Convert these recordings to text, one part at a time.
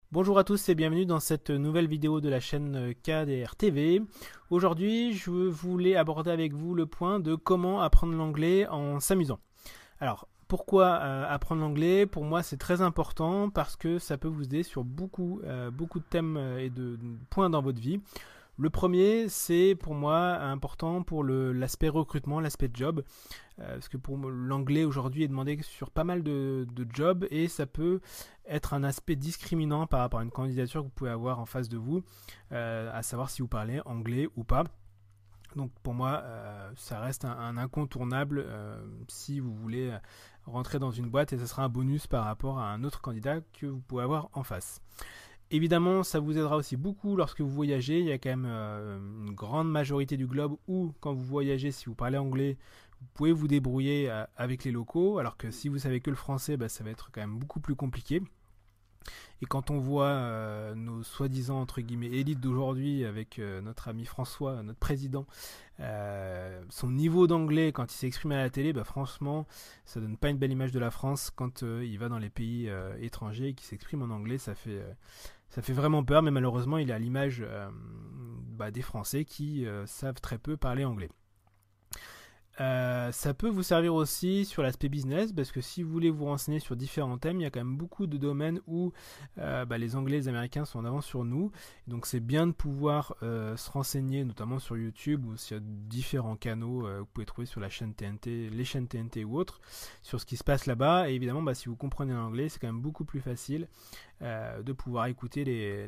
Bonjour à tous et bienvenue dans cette nouvelle vidéo de la chaîne KDR TV. Aujourd'hui, je voulais aborder avec vous le point de comment apprendre l'anglais en s'amusant. Alors, pourquoi apprendre l'anglais? Pour moi, c'est très important parce que ça peut vous aider sur beaucoup de thèmes et de points dans votre vie. Le premier, c'est pour moi important pour l'aspect recrutement, l'aspect job, parce que pour l'anglais aujourd'hui est demandé sur pas mal de jobs et ça peut être un aspect discriminant par rapport à une candidature que vous pouvez avoir en face de vous, à savoir si vous parlez anglais ou pas. Donc pour moi, ça reste un incontournable si vous voulez rentrer dans une boîte et ce sera un bonus par rapport à un autre candidat que vous pouvez avoir en face. Évidemment, ça vous aidera aussi beaucoup lorsque vous voyagez. Il y a quand même une grande majorité du globe où, quand vous voyagez, si vous parlez anglais, vous pouvez vous débrouiller avec les locaux, alors que si vous savez que le français, ça va être quand même beaucoup plus compliqué. Et quand on voit nos soi-disant entre guillemets élites d'aujourd'hui avec notre ami François, notre président, son niveau d'anglais quand il s'exprime à la télé, franchement, ça donne pas une belle image de la France quand il va dans les pays étrangers et qu'il s'exprime en anglais, ça fait vraiment peur, mais malheureusement, il est à l'image des Français qui savent très peu parler anglais. Ça peut vous servir aussi sur l'aspect business parce que si vous voulez vous renseigner sur différents thèmes, il y a quand même beaucoup de domaines où les Anglais et les Américains sont en avance sur nous. Donc c'est bien de pouvoir se renseigner, notamment sur YouTube ou s'il y a différents canaux que vous pouvez trouver sur la chaîne TNT, les chaînes TNT ou autres, sur ce qui se passe là-bas. Et évidemment, si vous comprenez l'anglais, c'est quand même beaucoup plus facile de pouvoir écouter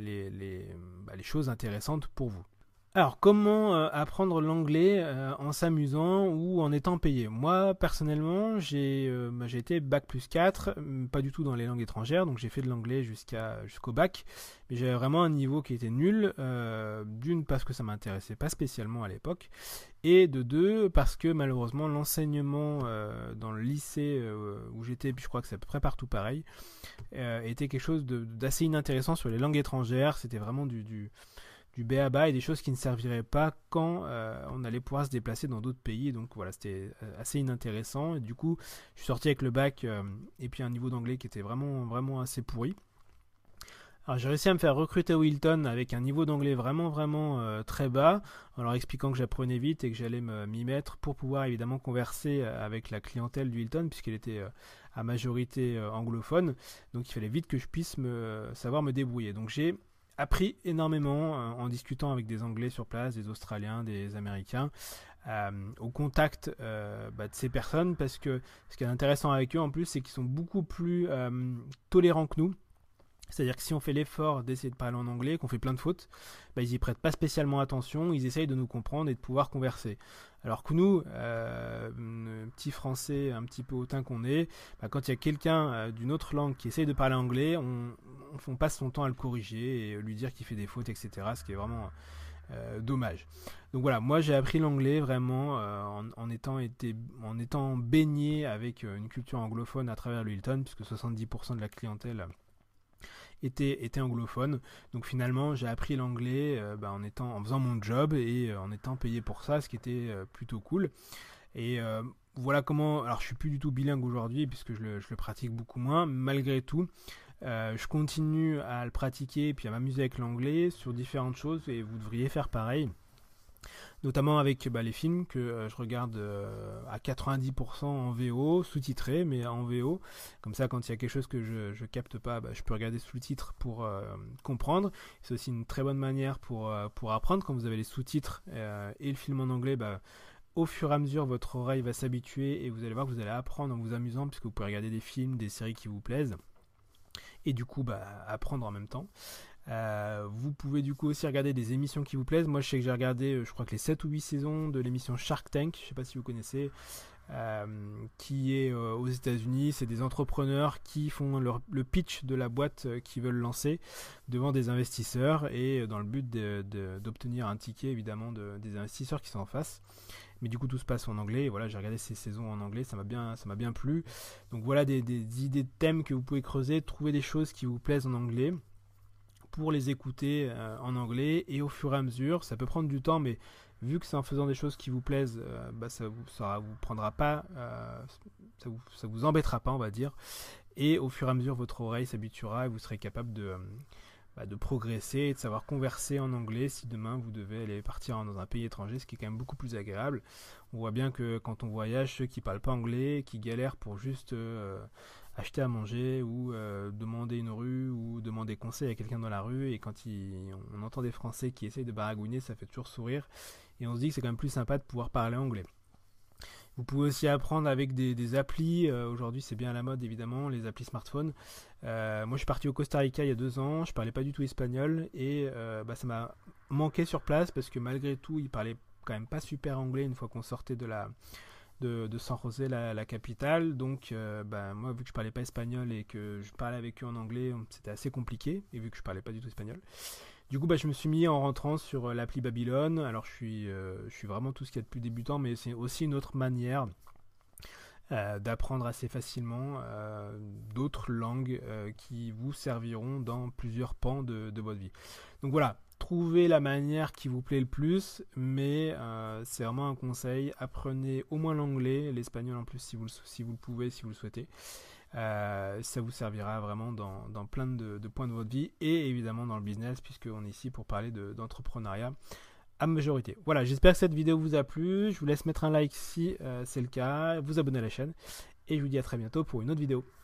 les choses intéressantes pour vous. Alors, comment apprendre l'anglais en s'amusant ou en étant payé? Moi, personnellement, j'ai été bac plus 4, pas du tout dans les langues étrangères, donc j'ai fait de l'anglais jusqu'au bac, mais j'avais vraiment un niveau qui était nul, d'une parce que ça m'intéressait pas spécialement à l'époque, et de deux parce que malheureusement l'enseignement dans le lycée où j'étais, puis je crois que c'est à peu près partout pareil, était quelque chose d'assez inintéressant sur les langues étrangères. C'était vraiment du b.a.-ba et des choses qui ne serviraient pas quand on allait pouvoir se déplacer dans d'autres pays. Donc voilà, c'était assez inintéressant. Et du coup, je suis sorti avec le bac et puis un niveau d'anglais qui était vraiment assez pourri. Alors j'ai réussi à me faire recruter au Hilton avec un niveau d'anglais vraiment très bas, en leur expliquant que j'apprenais vite et que j'allais m'y mettre pour pouvoir évidemment converser avec la clientèle du Hilton puisqu'elle était à majorité anglophone. Donc il fallait vite que je puisse savoir me débrouiller. Donc j'ai appris énormément en discutant avec des Anglais sur place, des Australiens, des Américains, au contact de ces personnes, parce que ce qui est intéressant avec eux en plus, c'est qu'ils sont beaucoup plus tolérants que nous. C'est-à-dire que si on fait l'effort d'essayer de parler en anglais, qu'on fait plein de fautes, ils y prêtent pas spécialement attention, ils essayent de nous comprendre et de pouvoir converser. Alors que nous, petits français un petit peu hautains qu'on est, quand il y a quelqu'un d'une autre langue qui essaye de parler anglais, on passe son temps à le corriger et lui dire qu'il fait des fautes, etc. Ce qui est vraiment dommage. Donc voilà, moi j'ai appris l'anglais vraiment en étant baigné avec une culture anglophone à travers le Hilton, puisque 70% de la clientèle était anglophone. Donc finalement, j'ai appris l'anglais en faisant mon job et en étant payé pour ça, ce qui était plutôt cool. Et voilà comment. Alors, je suis plus du tout bilingue aujourd'hui puisque je le pratique beaucoup moins. Malgré tout, je continue à le pratiquer et puis à m'amuser avec l'anglais sur différentes choses et vous devriez faire pareil, notamment avec les films que je regarde à 90% en VO, sous-titré, mais en VO. Comme ça, quand il y a quelque chose que je capte pas, je peux regarder sous-titres pour comprendre. C'est aussi une très bonne manière pour apprendre. Quand vous avez les sous-titres et le film en anglais, au fur et à mesure, votre oreille va s'habituer et vous allez voir que vous allez apprendre en vous amusant, puisque vous pouvez regarder des films, des séries qui vous plaisent, et du coup apprendre en même temps. Vous pouvez du coup aussi regarder des émissions qui vous plaisent. Moi je sais que j'ai regardé je crois que les 7 ou 8 saisons de l'émission Shark Tank, je sais pas si vous connaissez, qui est aux États-Unis. C'est des entrepreneurs qui font le pitch de la boîte qu'ils veulent lancer devant des investisseurs et dans le but d'obtenir un ticket évidemment des investisseurs qui sont en face. Mais du coup tout se passe en anglais et voilà, j'ai regardé ces saisons en anglais, ça m'a bien plu. Donc voilà des idées de thèmes que vous pouvez creuser, trouver des choses qui vous plaisent en anglais pour les écouter en anglais, et au fur et à mesure, ça peut prendre du temps, mais vu que c'est en faisant des choses qui vous plaisent, vous prendra pas, ça vous embêtera pas, on va dire, et au fur et à mesure, votre oreille s'habituera et vous serez capable de progresser et de savoir converser en anglais si demain vous devez aller partir dans un pays étranger, ce qui est quand même beaucoup plus agréable. On voit bien que quand on voyage, ceux qui parlent pas anglais, qui galèrent pour juste acheter à manger ou demander une rue ou demander conseil à quelqu'un dans la rue, et quand on entend des Français qui essayent de baragouiner, ça fait toujours sourire et on se dit que c'est quand même plus sympa de pouvoir parler anglais. Vous pouvez aussi apprendre avec des applis. Aujourd'hui, c'est bien à la mode, évidemment, les applis smartphone. Moi, je suis parti au Costa Rica il y a 2 ans. Je parlais pas du tout espagnol et ça m'a manqué sur place parce que malgré tout, ils parlaient quand même pas super anglais une fois qu'on sortait de San José, la capitale. Donc, moi, vu que je parlais pas espagnol et que je parlais avec eux en anglais, c'était assez compliqué. Et vu que je parlais pas du tout espagnol. Du coup, je me suis mis en rentrant sur l'appli Babylone. Alors, je suis vraiment tout ce qu'il y a de plus débutant, mais c'est aussi une autre manière d'apprendre assez facilement d'autres langues qui vous serviront dans plusieurs pans de votre vie. Donc voilà, trouvez la manière qui vous plaît le plus, mais c'est vraiment un conseil. Apprenez au moins l'anglais, l'espagnol en plus si vous le pouvez, si vous le souhaitez. Ça vous servira vraiment dans plein de points de votre vie et évidemment dans le business, puisqu'on est ici pour parler d'entrepreneuriat à majorité. Voilà, j'espère que cette vidéo vous a plu. Je vous laisse mettre un like si c'est le cas, vous abonner à la chaîne et je vous dis à très bientôt pour une autre vidéo.